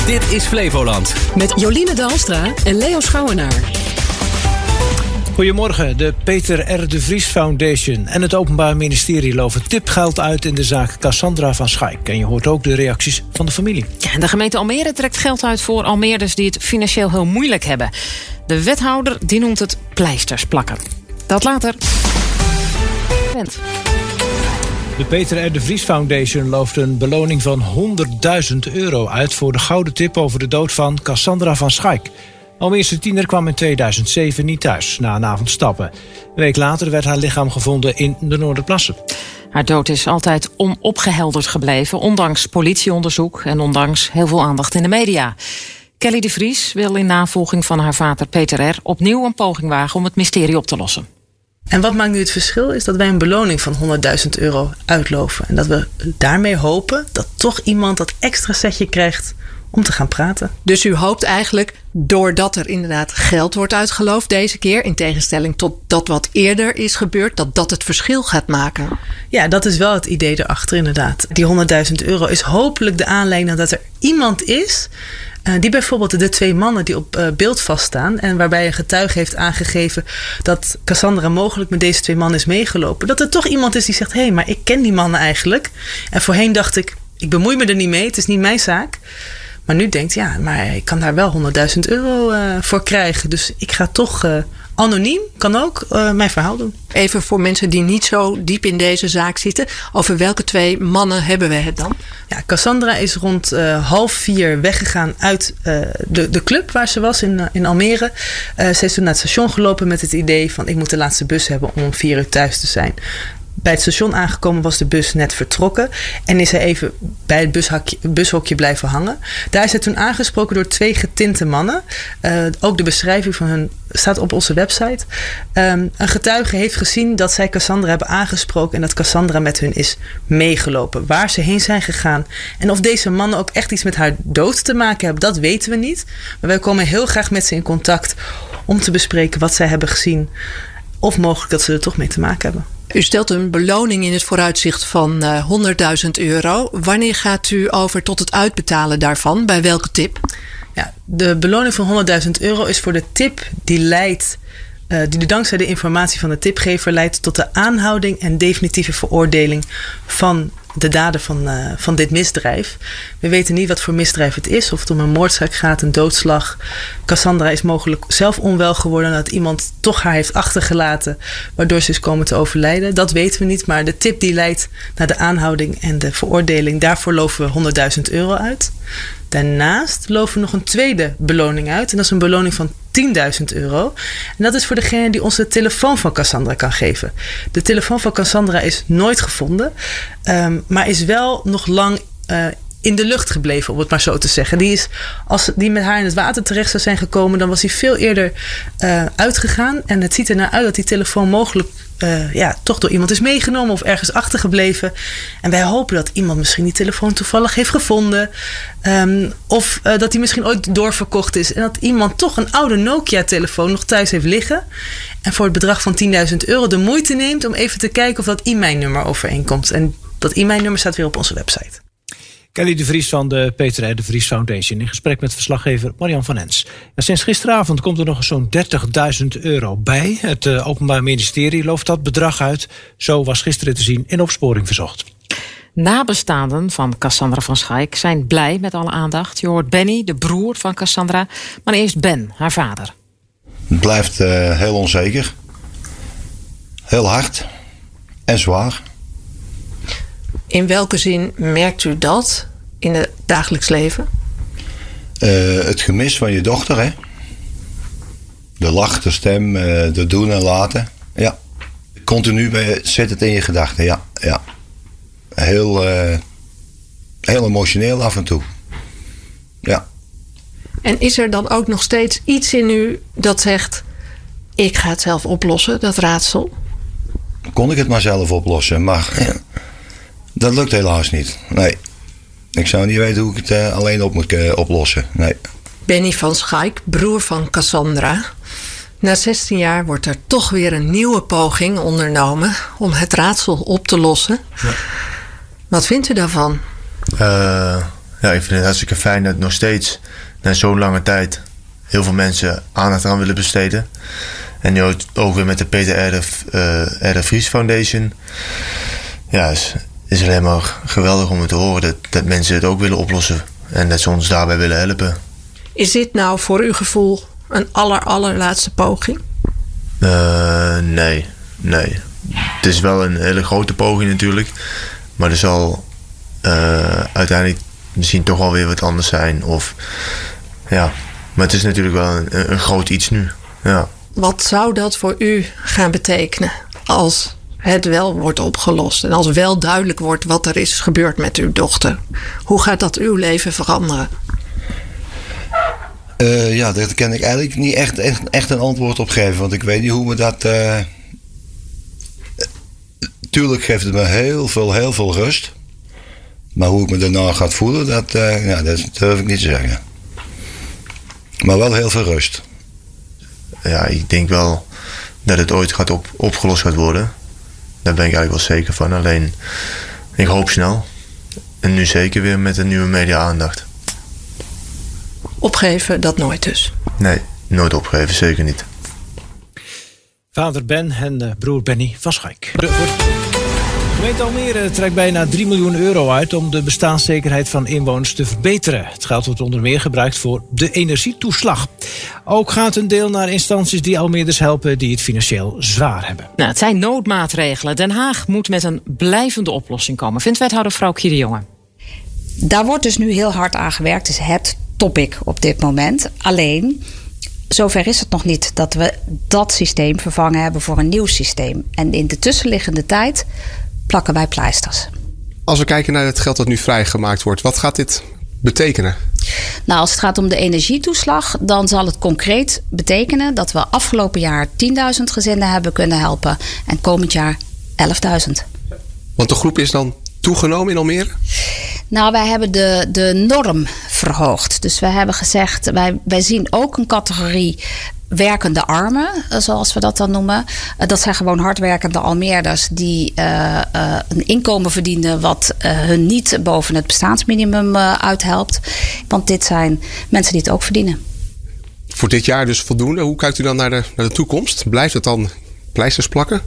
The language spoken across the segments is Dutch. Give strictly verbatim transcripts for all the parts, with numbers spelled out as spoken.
Dit is Flevoland. Met Jolien Dalstra en Leo Schouwenaar. Goedemorgen. De Peter R. de Vries Foundation en het Openbaar Ministerie loven tipgeld uit in de zaak Cassandra van Schaik. En je hoort ook de reacties van de familie. Ja, de gemeente Almere trekt geld uit voor Almeerders die het financieel heel moeilijk hebben. De wethouder die noemt het pleisters plakken. Dat later. De Peter R. de Vries Foundation looft een beloning van honderdduizend euro uit voor de gouden tip over de dood van Cassandra van Schaik. Almeerse tiener kwam in tweeduizend zeven niet thuis na een avond stappen. Een week later werd haar lichaam gevonden in de Noorderplassen. Haar dood is altijd onopgehelderd gebleven, ondanks politieonderzoek en ondanks heel veel aandacht in de media. Kelly de Vries wil in navolging van haar vader Peter R. opnieuw een poging wagen om het mysterie op te lossen. En wat maakt nu het verschil is dat wij een beloning van honderdduizend euro uitloven. En dat we daarmee hopen dat toch iemand dat extra setje krijgt om te gaan praten. Dus u hoopt eigenlijk, doordat er inderdaad geld wordt uitgeloofd deze keer, in tegenstelling tot dat wat eerder is gebeurd, dat dat het verschil gaat maken? Ja, dat is wel het idee erachter inderdaad. Die honderdduizend euro is hopelijk de aanleiding dat er iemand is Uh, die bijvoorbeeld de twee mannen die op uh, beeld vaststaan en waarbij een getuige heeft aangegeven dat Cassandra mogelijk met deze twee mannen is meegelopen. Dat er toch iemand is die zegt, hé, hey, maar ik ken die mannen eigenlijk. En voorheen dacht ik, ik bemoei me er niet mee, het is niet mijn zaak. Maar nu denkt, ja, maar ik kan daar wel honderdduizend euro uh, voor krijgen. Dus ik ga toch uh, anoniem, kan ook, uh, mijn verhaal doen. Even voor mensen die niet zo diep in deze zaak zitten. Over welke twee mannen hebben we het dan? Ja, Cassandra is rond uh, half vier weggegaan uit uh, de, de club waar ze was in, uh, in Almere. Uh, ze is toen naar het station gelopen met het idee van ik moet de laatste bus hebben om om vier uur thuis te zijn. Bij het station aangekomen was de bus net vertrokken. En is hij even bij het bushokje, bushokje blijven hangen. Daar is hij toen aangesproken door twee getinte mannen. Uh, ook de beschrijving van hun staat op onze website. Um, een getuige heeft gezien dat zij Cassandra hebben aangesproken. En dat Cassandra met hun is meegelopen. Waar ze heen zijn gegaan. En of deze mannen ook echt iets met haar dood te maken hebben, dat weten we niet. Maar wij komen heel graag met ze in contact om te bespreken wat zij hebben gezien. Of mogelijk dat ze er toch mee te maken hebben. U stelt een beloning in het vooruitzicht van uh, honderdduizend euro. Wanneer gaat u over tot het uitbetalen daarvan? Bij welke tip? Ja, de beloning van honderdduizend euro is voor de tip die leidt, uh, die dankzij de informatie van de tipgever leidt tot de aanhouding en definitieve veroordeling van de dader van, uh, van dit misdrijf. We weten niet wat voor misdrijf het is. Of het om een moordzaak gaat, een doodslag. Cassandra is mogelijk zelf onwel geworden. Dat iemand toch haar heeft achtergelaten. Waardoor ze is komen te overlijden. Dat weten we niet. Maar de tip die leidt naar de aanhouding en de veroordeling. Daarvoor loven we honderdduizend euro uit. Daarnaast loven we nog een tweede beloning uit. En dat is een beloning van tienduizend euro. En dat is voor degene die ons de telefoon van Cassandra kan geven. De telefoon van Cassandra is nooit gevonden. Um, maar is wel nog lang uh, in de lucht gebleven, om het maar zo te zeggen. Die is, als die met haar in het water terecht zou zijn gekomen, dan was hij veel eerder uh, uitgegaan. En het ziet er naar uit dat die telefoon mogelijk Uh, ja, toch door iemand is meegenomen of ergens achtergebleven. En wij hopen dat iemand misschien die telefoon toevallig heeft gevonden. Um, of uh, dat die misschien ooit doorverkocht is. En dat iemand toch een oude Nokia-telefoon nog thuis heeft liggen. En voor het bedrag van tienduizend euro de moeite neemt om even te kijken of dat e-mailnummer overeenkomt. En dat e-mailnummer staat weer op onze website. Kelly de Vries van de Peter R. de Vries Foundation in gesprek met verslaggever Marian van Ens. Ja, sinds gisteravond komt er nog zo'n dertigduizend euro bij. Het uh, Openbaar Ministerie looft dat bedrag uit. Zo was gisteren te zien in Opsporing Verzocht. Nabestaanden van Cassandra van Schaik zijn blij met alle aandacht. Je hoort Benny, de broer van Cassandra. Maar eerst Ben, haar vader. Het blijft uh, heel onzeker. Heel hard. En zwaar. In welke zin merkt u dat in het dagelijks leven? Uh, het gemis van je dochter, hè? De lach, de stem, uh, de doen en laten. Ja. Continu bij, zit het in je gedachten, ja. ja. Heel, uh, heel emotioneel af en toe. Ja. En is er dan ook nog steeds iets in u dat zegt, ik ga het zelf oplossen, dat raadsel? Kon ik het maar zelf oplossen, maar dat lukt helaas niet. Nee. Ik zou niet weten hoe ik het uh, alleen op moet uh, oplossen. Nee. Benny van Schaik, broer van Cassandra. Na zestien jaar wordt er toch weer een nieuwe poging ondernomen om het raadsel op te lossen. Ja. Wat vindt u daarvan? Uh, ja, ik vind het hartstikke fijn dat nog steeds na zo'n lange tijd heel veel mensen aandacht aan willen besteden. En nu ook weer met de Peter R. de, uh, R. de Vries Foundation. Ja, is, is alleen maar geweldig om het te horen dat, dat mensen het ook willen oplossen. En dat ze ons daarbij willen helpen. Is dit nou voor uw gevoel een aller allerlaatste poging? Uh, nee, nee. Het is wel een hele grote poging natuurlijk. Maar er zal uh, uiteindelijk misschien toch wel weer wat anders zijn. Of, ja. Maar het is natuurlijk wel een, een groot iets nu. Ja. Wat zou dat voor u gaan betekenen als het wel wordt opgelost? En als wel duidelijk wordt wat er is gebeurd met uw dochter? Hoe gaat dat uw leven veranderen? Uh, ja, daar kan ik eigenlijk niet echt, echt, echt een antwoord op geven. Want ik weet niet hoe me dat... Uh... Tuurlijk geeft het me heel veel, heel veel rust. Maar hoe ik me daarna ga voelen, dat, uh, ja, dat durf ik niet te zeggen. Maar wel heel veel rust. Ja, ik denk wel dat het ooit gaat op, opgelost gaat worden. Daar ben ik eigenlijk wel zeker van. Alleen, ik hoop snel. En nu zeker weer met een nieuwe media-aandacht. Opgeven, dat nooit dus? Nee, nooit opgeven, zeker niet. Vader Ben en uh, broer Benny van Schaik. De, de gemeente Almere trekt bijna drie miljoen euro uit om de bestaanszekerheid van inwoners te verbeteren. Het geld wordt onder meer gebruikt voor de energietoeslag. Ook gaat een deel naar instanties die Almeerders helpen die het financieel zwaar hebben. Nou, het zijn noodmaatregelen. Den Haag moet met een blijvende oplossing komen, vindt wethouder Vroukje de Jonge. Daar wordt dus nu heel hard aan gewerkt. Het is het topic op dit moment. Alleen, zover is het nog niet dat we dat systeem vervangen hebben voor een nieuw systeem. En in de tussenliggende tijd plakken wij pleisters. Als we kijken naar het geld dat nu vrijgemaakt wordt, wat gaat dit betekenen? Nou, als het gaat om de energietoeslag, dan zal het concreet betekenen dat we afgelopen jaar tienduizend gezinnen hebben kunnen helpen en komend jaar elfduizend. Want de groep is dan toegenomen in Almere? Nou, wij hebben de, de norm verhoogd. Dus we hebben gezegd, wij, wij zien ook een categorie werkende armen, zoals we dat dan noemen. Dat zijn gewoon hardwerkende Almeerders die uh, uh, een inkomen verdienen wat uh, hun niet boven het bestaansminimum uh, uithelpt. Want dit zijn mensen die het ook verdienen. Voor dit jaar dus voldoende. Hoe kijkt u dan naar de, naar de toekomst? Blijft het dan pleisters plakken?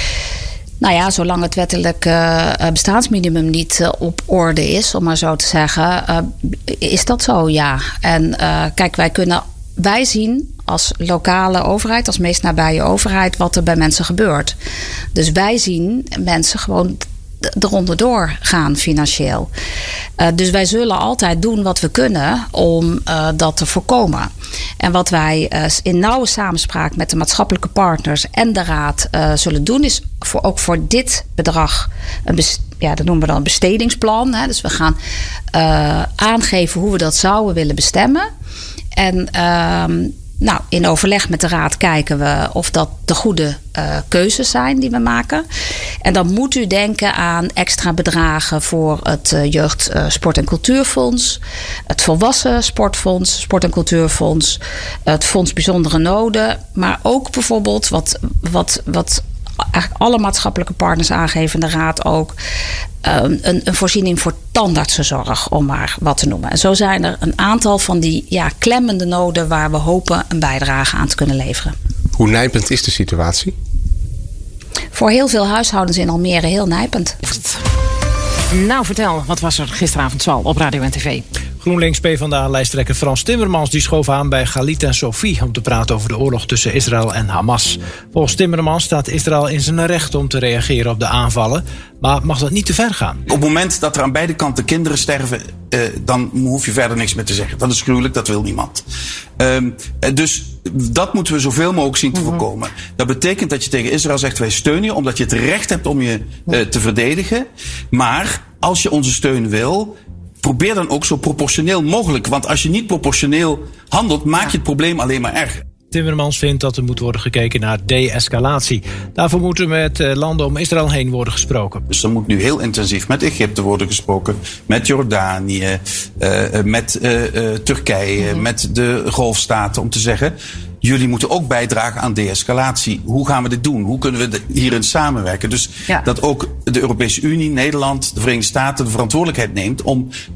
Nou ja, zolang het wettelijk uh, bestaansminimum niet uh, op orde is, om maar zo te zeggen, uh, is dat zo, ja. En uh, kijk, wij kunnen, wij zien als lokale overheid, als meest nabije overheid, wat er bij mensen gebeurt. Dus wij zien mensen gewoon eronder door gaan financieel. Uh, dus wij zullen altijd doen wat we kunnen om uh, dat te voorkomen. En wat wij uh, in nauwe samenspraak met de maatschappelijke partners en de raad uh, zullen doen, is voor, ook voor dit bedrag een best, ja, dat noemen we dan een bestedingsplan. Hè. Dus we gaan uh, aangeven hoe we dat zouden willen bestemmen. En uh, nou, in overleg met de raad kijken we of dat de goede uh, keuzes zijn die we maken. En dan moet u denken aan extra bedragen voor het uh, Jeugd uh, Sport en Cultuurfonds, het Volwassen Sportfonds, Sport en Cultuurfonds, het Fonds Bijzondere Noden, maar ook bijvoorbeeld wat, wat, wat eigenlijk alle maatschappelijke partners aangeven, de raad ook, een, een voorziening voor tandartsenzorg, om maar wat te noemen. En zo zijn er een aantal van die ja, klemmende noden waar we hopen een bijdrage aan te kunnen leveren. Hoe nijpend is de situatie? Voor heel veel huishoudens in Almere heel nijpend. Nou, vertel, wat was er gisteravond zoal op radio en tv? GroenLinks PvdA-lijsttrekker Frans Timmermans die schoof aan bij Galit en Sophie om te praten over de oorlog tussen Israël en Hamas. Volgens Timmermans staat Israël in zijn recht om te reageren op de aanvallen, maar mag dat niet te ver gaan. Op het moment dat er aan beide kanten kinderen sterven, uh, dan hoef je verder niks meer te zeggen. Dat is gruwelijk, dat wil niemand. Um, dus dat moeten we zoveel mogelijk zien te voorkomen. Dat betekent dat je tegen Israël zegt, wij steunen je omdat je het recht hebt om je uh, te verdedigen. Maar als je onze steun wil, probeer dan ook zo proportioneel mogelijk. Want als je niet proportioneel handelt, maak je het probleem alleen maar erger. Timmermans vindt dat er moet worden gekeken naar de-escalatie. Daarvoor moet er met landen om Israël heen worden gesproken. Dus er moet nu heel intensief met Egypte worden gesproken, met Jordanië, uh, met uh, uh, Turkije, mm-hmm. met de Golfstaten, om te zeggen, jullie moeten ook bijdragen aan de-escalatie. Hoe gaan we dit doen? Hoe kunnen we hierin samenwerken? Dus ja. dat ook de Europese Unie, Nederland, de Verenigde Staten de verantwoordelijkheid neemt om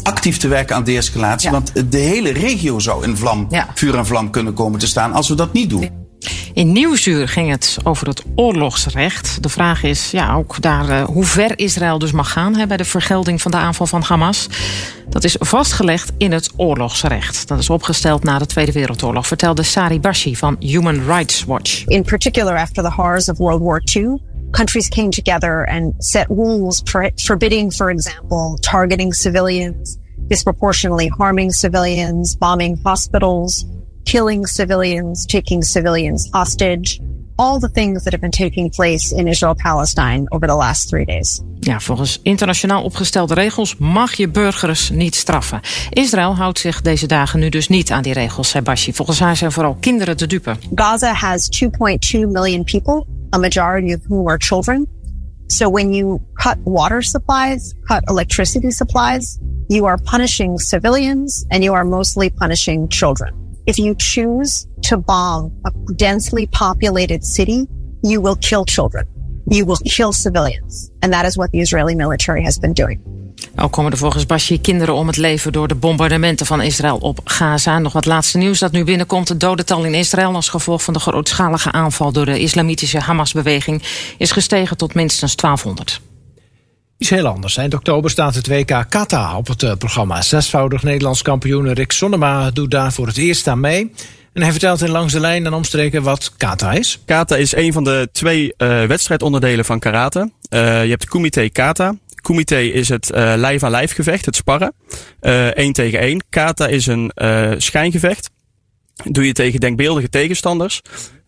actief te werken aan de-escalatie. Ja. Want de hele regio zou in vlam, ja. vuur en vlam kunnen komen te staan als we dat niet doen. In Nieuwsuur ging het over het oorlogsrecht. De vraag is ja, ook daar uh, hoe ver Israël dus mag gaan hè, bij de vergelding van de aanval van Hamas. Dat is vastgelegd in het oorlogsrecht. Dat is opgesteld na de Tweede Wereldoorlog, vertelde Sari Bashi van Human Rights Watch. In particular after the horrors of World War Two, countries came together and set rules for forbidding, for example, targeting civilians, disproportionately harming civilians, bombing hospitals, killing civilians, taking civilians hostage. All the things that have been taking place in Israel-Palestine over the last three days. Ja, volgens internationaal opgestelde regels mag je burgers niet straffen. Israël houdt zich deze dagen nu dus niet aan die regels, zei Bashi. Volgens haar zijn vooral kinderen de dupe. Gaza has two point two million people, a majority of whom are children. So when you cut water supplies, cut electricity supplies, you are punishing civilians and you are mostly punishing children. If you choose to bomb a densely populated city, you will kill children. You will kill civilians. And that is what the Israeli military has been doing. Ook komen er volgens Bashi kinderen om het leven door de bombardementen van Israël op Gaza. Nog wat laatste nieuws dat nu binnenkomt. Het dodental in Israël als gevolg van de grootschalige aanval door de islamitische Hamas-beweging is gestegen tot minstens twaalfhonderd. Iets heel anders. Eind oktober staat het W K Kata op het uh, programma. Zesvoudig Nederlands kampioen Rick Sonnema doet daar voor het eerst aan mee. En hij vertelt in Langs de Lijn en omstreken wat kata is. Kata is een van de twee uh, wedstrijdonderdelen van karate. Uh, je hebt kumite kata. Kumite is het uh, lijf-aan-lijf gevecht, het sparren. Uh, één tegen één. Kata is een uh, schijngevecht. Doe je tegen denkbeeldige tegenstanders.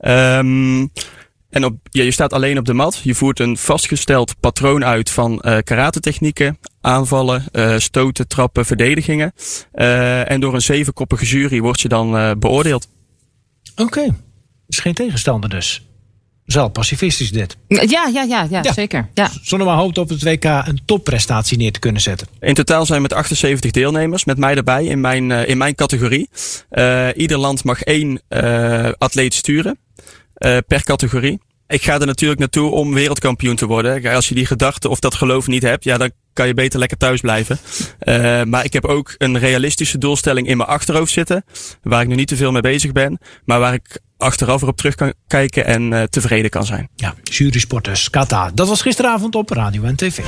Um, En op, ja, je staat alleen op de mat. Je voert een vastgesteld patroon uit van uh, karate-technieken, aanvallen, uh, stoten, trappen, verdedigingen. Uh, en door een zevenkoppige jury word je dan uh, beoordeeld. Oké, okay. Dus geen tegenstander dus. Zal pacifistisch dit. Ja, ja, ja, ja, ja. Zeker. Ja. Sonnema hoopt op het W K een topprestatie neer te kunnen zetten. In totaal zijn we met achtenzeventig deelnemers, met mij erbij in mijn, uh, in mijn categorie. Uh, ieder land mag één uh, atleet sturen. Uh, per categorie. Ik ga er natuurlijk naartoe om wereldkampioen te worden. Als je die gedachte of dat geloof niet hebt, ja, dan kan je beter lekker thuis blijven. Uh, maar ik heb ook een realistische doelstelling in mijn achterhoofd zitten, waar ik nu niet te veel mee bezig ben, maar waar ik achteraf erop terug kan kijken en uh, tevreden kan zijn. Ja, jurysporters, kata. Dat was gisteravond op radio en tv.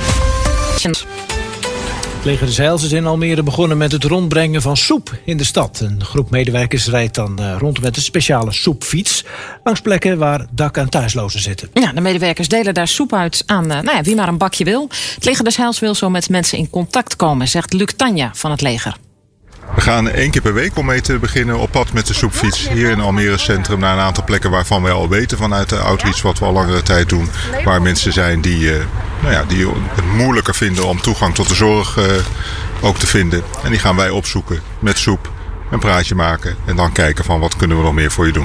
Het leger des Heils is in Almere begonnen met het rondbrengen van soep in de stad. Een groep medewerkers rijdt dan rond met een speciale soepfiets langs plekken waar dak- en thuislozen zitten. Ja, de medewerkers delen daar soep uit aan nou ja, wie maar een bakje wil. Het leger des Heils wil zo met mensen in contact komen, zegt Luc Tanja van het leger. We gaan één keer per week om mee te beginnen op pad met de soepfiets hier in Almere Centrum naar een aantal plekken waarvan we al weten vanuit de outreach wat we al langere tijd doen. Waar mensen zijn die, uh, nou ja, die het moeilijker vinden om toegang tot de zorg uh, ook te vinden. En die gaan wij opzoeken met soep, een praatje maken en dan kijken van wat kunnen we nog meer voor je doen.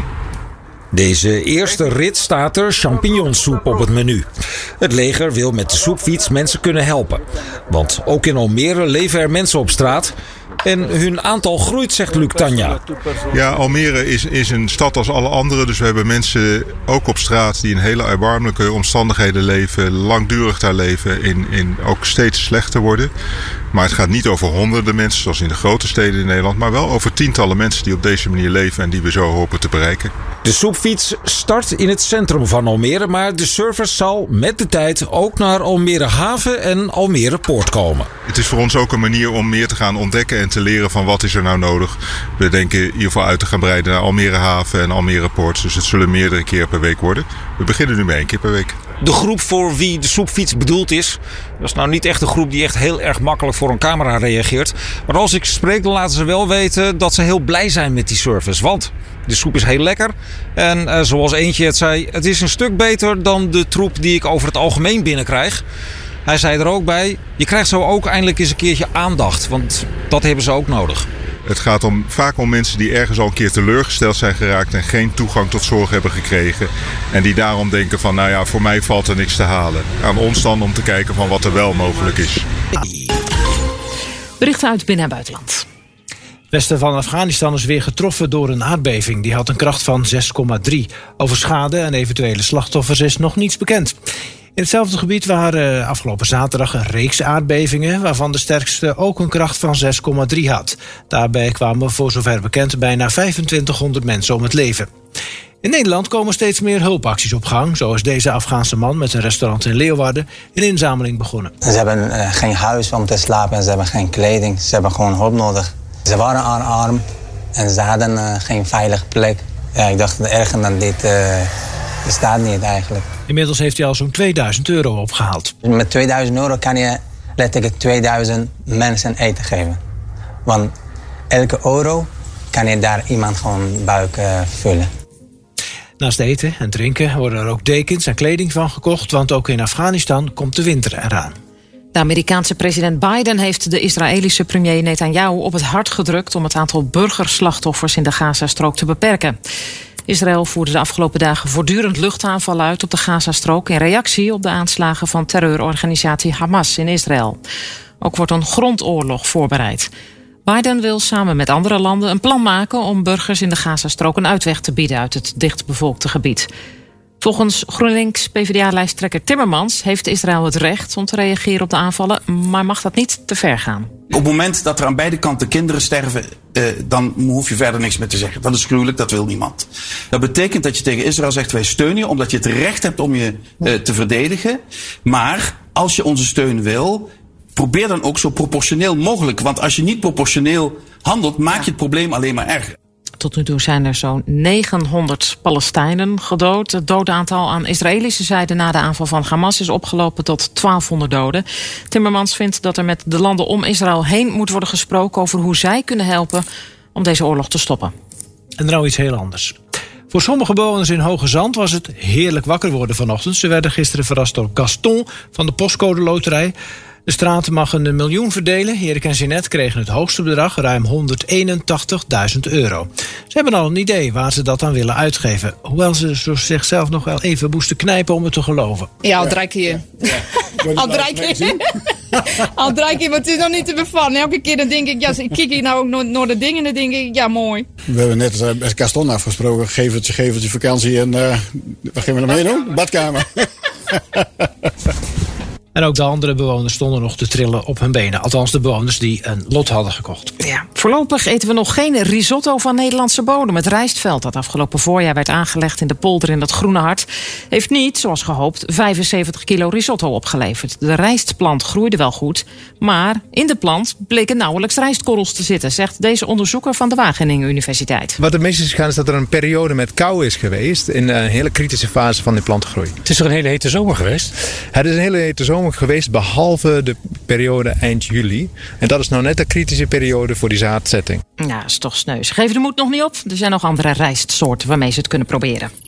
Deze eerste rit staat er champignonsoep op het menu. Het leger wil met de soepfiets mensen kunnen helpen. Want ook in Almere leven er mensen op straat. En hun aantal groeit, zegt Luc Tanja. Ja, Almere is, is een stad als alle andere. Dus we hebben mensen ook op straat die in hele erbarmelijke omstandigheden leven. Langdurig daar leven. In, in ook steeds slechter worden. Maar het gaat niet over honderden mensen zoals in de grote steden in Nederland. Maar wel over tientallen mensen die op deze manier leven en die we zo hopen te bereiken. De soepfiets start in het centrum van Almere. Maar de service zal met de tijd ook naar Almere Haven en Almere Poort komen. Het is voor ons ook een manier om meer te gaan ontdekken en te leren van wat is er nou nodig. We denken in ieder geval uit te gaan breiden naar Almere Haven en Almere Poort. Dus het zullen meerdere keer per week worden. We beginnen nu met één keer per week. De groep voor wie de soepfiets bedoeld is, dat is nou niet echt een groep die echt heel erg makkelijk voor een camera reageert. Maar als ik spreek, dan laten ze wel weten dat ze heel blij zijn met die service. Want de soep is heel lekker. En uh, zoals eentje het zei, het is een stuk beter dan de troep die ik over het algemeen binnenkrijg. Hij zei er ook bij, je krijgt zo ook eindelijk eens een keertje aandacht. Want dat hebben ze ook nodig. Het gaat om, vaak om mensen die ergens al een keer teleurgesteld zijn geraakt en geen toegang tot zorg hebben gekregen. En die daarom denken van, nou ja, voor mij valt er niks te halen. Aan ons dan om te kijken van wat er wel mogelijk is. Berichten uit binnen- en buitenland. Het westen van Afghanistan is weer getroffen door een aardbeving. Die had een kracht van zes komma drie. Over schade en eventuele slachtoffers is nog niets bekend. In hetzelfde gebied waren afgelopen zaterdag een reeks aardbevingen, waarvan de sterkste ook een kracht van zes komma drie had. Daarbij kwamen voor zover bekend bijna vijfentwintighonderd mensen om het leven. In Nederland komen steeds meer hulpacties op gang. Zo is deze Afghaanse man met een restaurant in Leeuwarden een inzameling begonnen. Ze hebben uh, geen huis om te slapen en ze hebben geen kleding. Ze hebben gewoon hulp nodig. Ze waren arm en ze hadden uh, geen veilige plek. Ja, ik dacht, erger dan dit uh, bestaat niet eigenlijk. Inmiddels heeft hij al zo'n tweeduizend euro opgehaald. Met tweeduizend euro kan je letterlijk tweeduizend mensen eten geven. Want elke euro kan je daar iemand gewoon buik uh, vullen. Naast eten en drinken worden er ook dekens en kleding van gekocht, want ook in Afghanistan komt de winter eraan. De Amerikaanse president Biden heeft de Israëlische premier Netanyahu op het hart gedrukt om het aantal burgerslachtoffers in de Gazastrook te beperken. Israël voerde de afgelopen dagen voortdurend luchtaanvallen uit op de Gazastrook in reactie op de aanslagen van terreurorganisatie Hamas in Israël. Ook wordt een grondoorlog voorbereid. Biden wil samen met andere landen een plan maken om burgers in de Gazastrook een uitweg te bieden uit het dichtbevolkte gebied. Volgens GroenLinks-P v d A-lijsttrekker Timmermans heeft Israël het recht om te reageren op de aanvallen, maar mag dat niet te ver gaan. Op het moment dat er aan beide kanten kinderen sterven, eh, dan hoef je verder niks meer te zeggen. Dat is gruwelijk, dat wil niemand. Dat betekent dat je tegen Israël zegt, wij steunen je omdat je het recht hebt om je eh, te verdedigen. Maar als je onze steun wil, probeer dan ook zo proportioneel mogelijk. Want als je niet proportioneel handelt, maak je het probleem alleen maar erger. Tot nu toe zijn er zo'n negenhonderd Palestijnen gedood. Het dodenaantal aan Israëlische zijde na de aanval van Hamas is opgelopen tot twaalfhonderd doden. Timmermans vindt dat er met de landen om Israël heen moet worden gesproken over hoe zij kunnen helpen om deze oorlog te stoppen. En nou iets heel anders. Voor sommige bewoners in Hoge Zand was het heerlijk wakker worden vanochtend. Ze werden gisteren verrast door Gaston van de Postcode Loterij. De straat mag een miljoen verdelen. Erik en Jeanette kregen het hoogste bedrag, ruim honderdeenentachtigduizend euro. Ze hebben al een idee waar ze dat aan willen uitgeven. Hoewel ze zichzelf nog wel even moesten knijpen om het te geloven. Ja, al drie keer. Ja. Al drie keer. Al drie keer, maar het is nog niet te bevallen. Elke keer dan denk ik, ja, ik kijk hier nou ook naar de dingen en dan denk ik, ja, mooi. We hebben net uh, met Gaston afgesproken, geveltje, geveltje, vakantie en uh, wat gaan we ermee doen? Badkamer. En ook de andere bewoners stonden nog te trillen op hun benen. Althans de bewoners die een lot hadden gekocht. Ja, voorlopig eten we nog geen risotto van Nederlandse bodem. Het rijstveld dat afgelopen voorjaar werd aangelegd in de polder in het Groene Hart heeft niet, zoals gehoopt, vijfenzeventig kilo risotto opgeleverd. De rijstplant groeide wel goed, maar in de plant bleken nauwelijks rijstkorrels te zitten, zegt deze onderzoeker van de Wageningen Universiteit. Wat het meest is gegaan is dat er een periode met kou is geweest in een hele kritische fase van de plantengroei. Het is toch een hele hete zomer geweest? Het is een hele hete zomer geweest, behalve de periode eind juli. En dat is nou net de kritische periode voor die zaadzetting. Ja, is toch sneus. Geef de moed nog niet op. Er zijn nog andere rijstsoorten waarmee ze het kunnen proberen.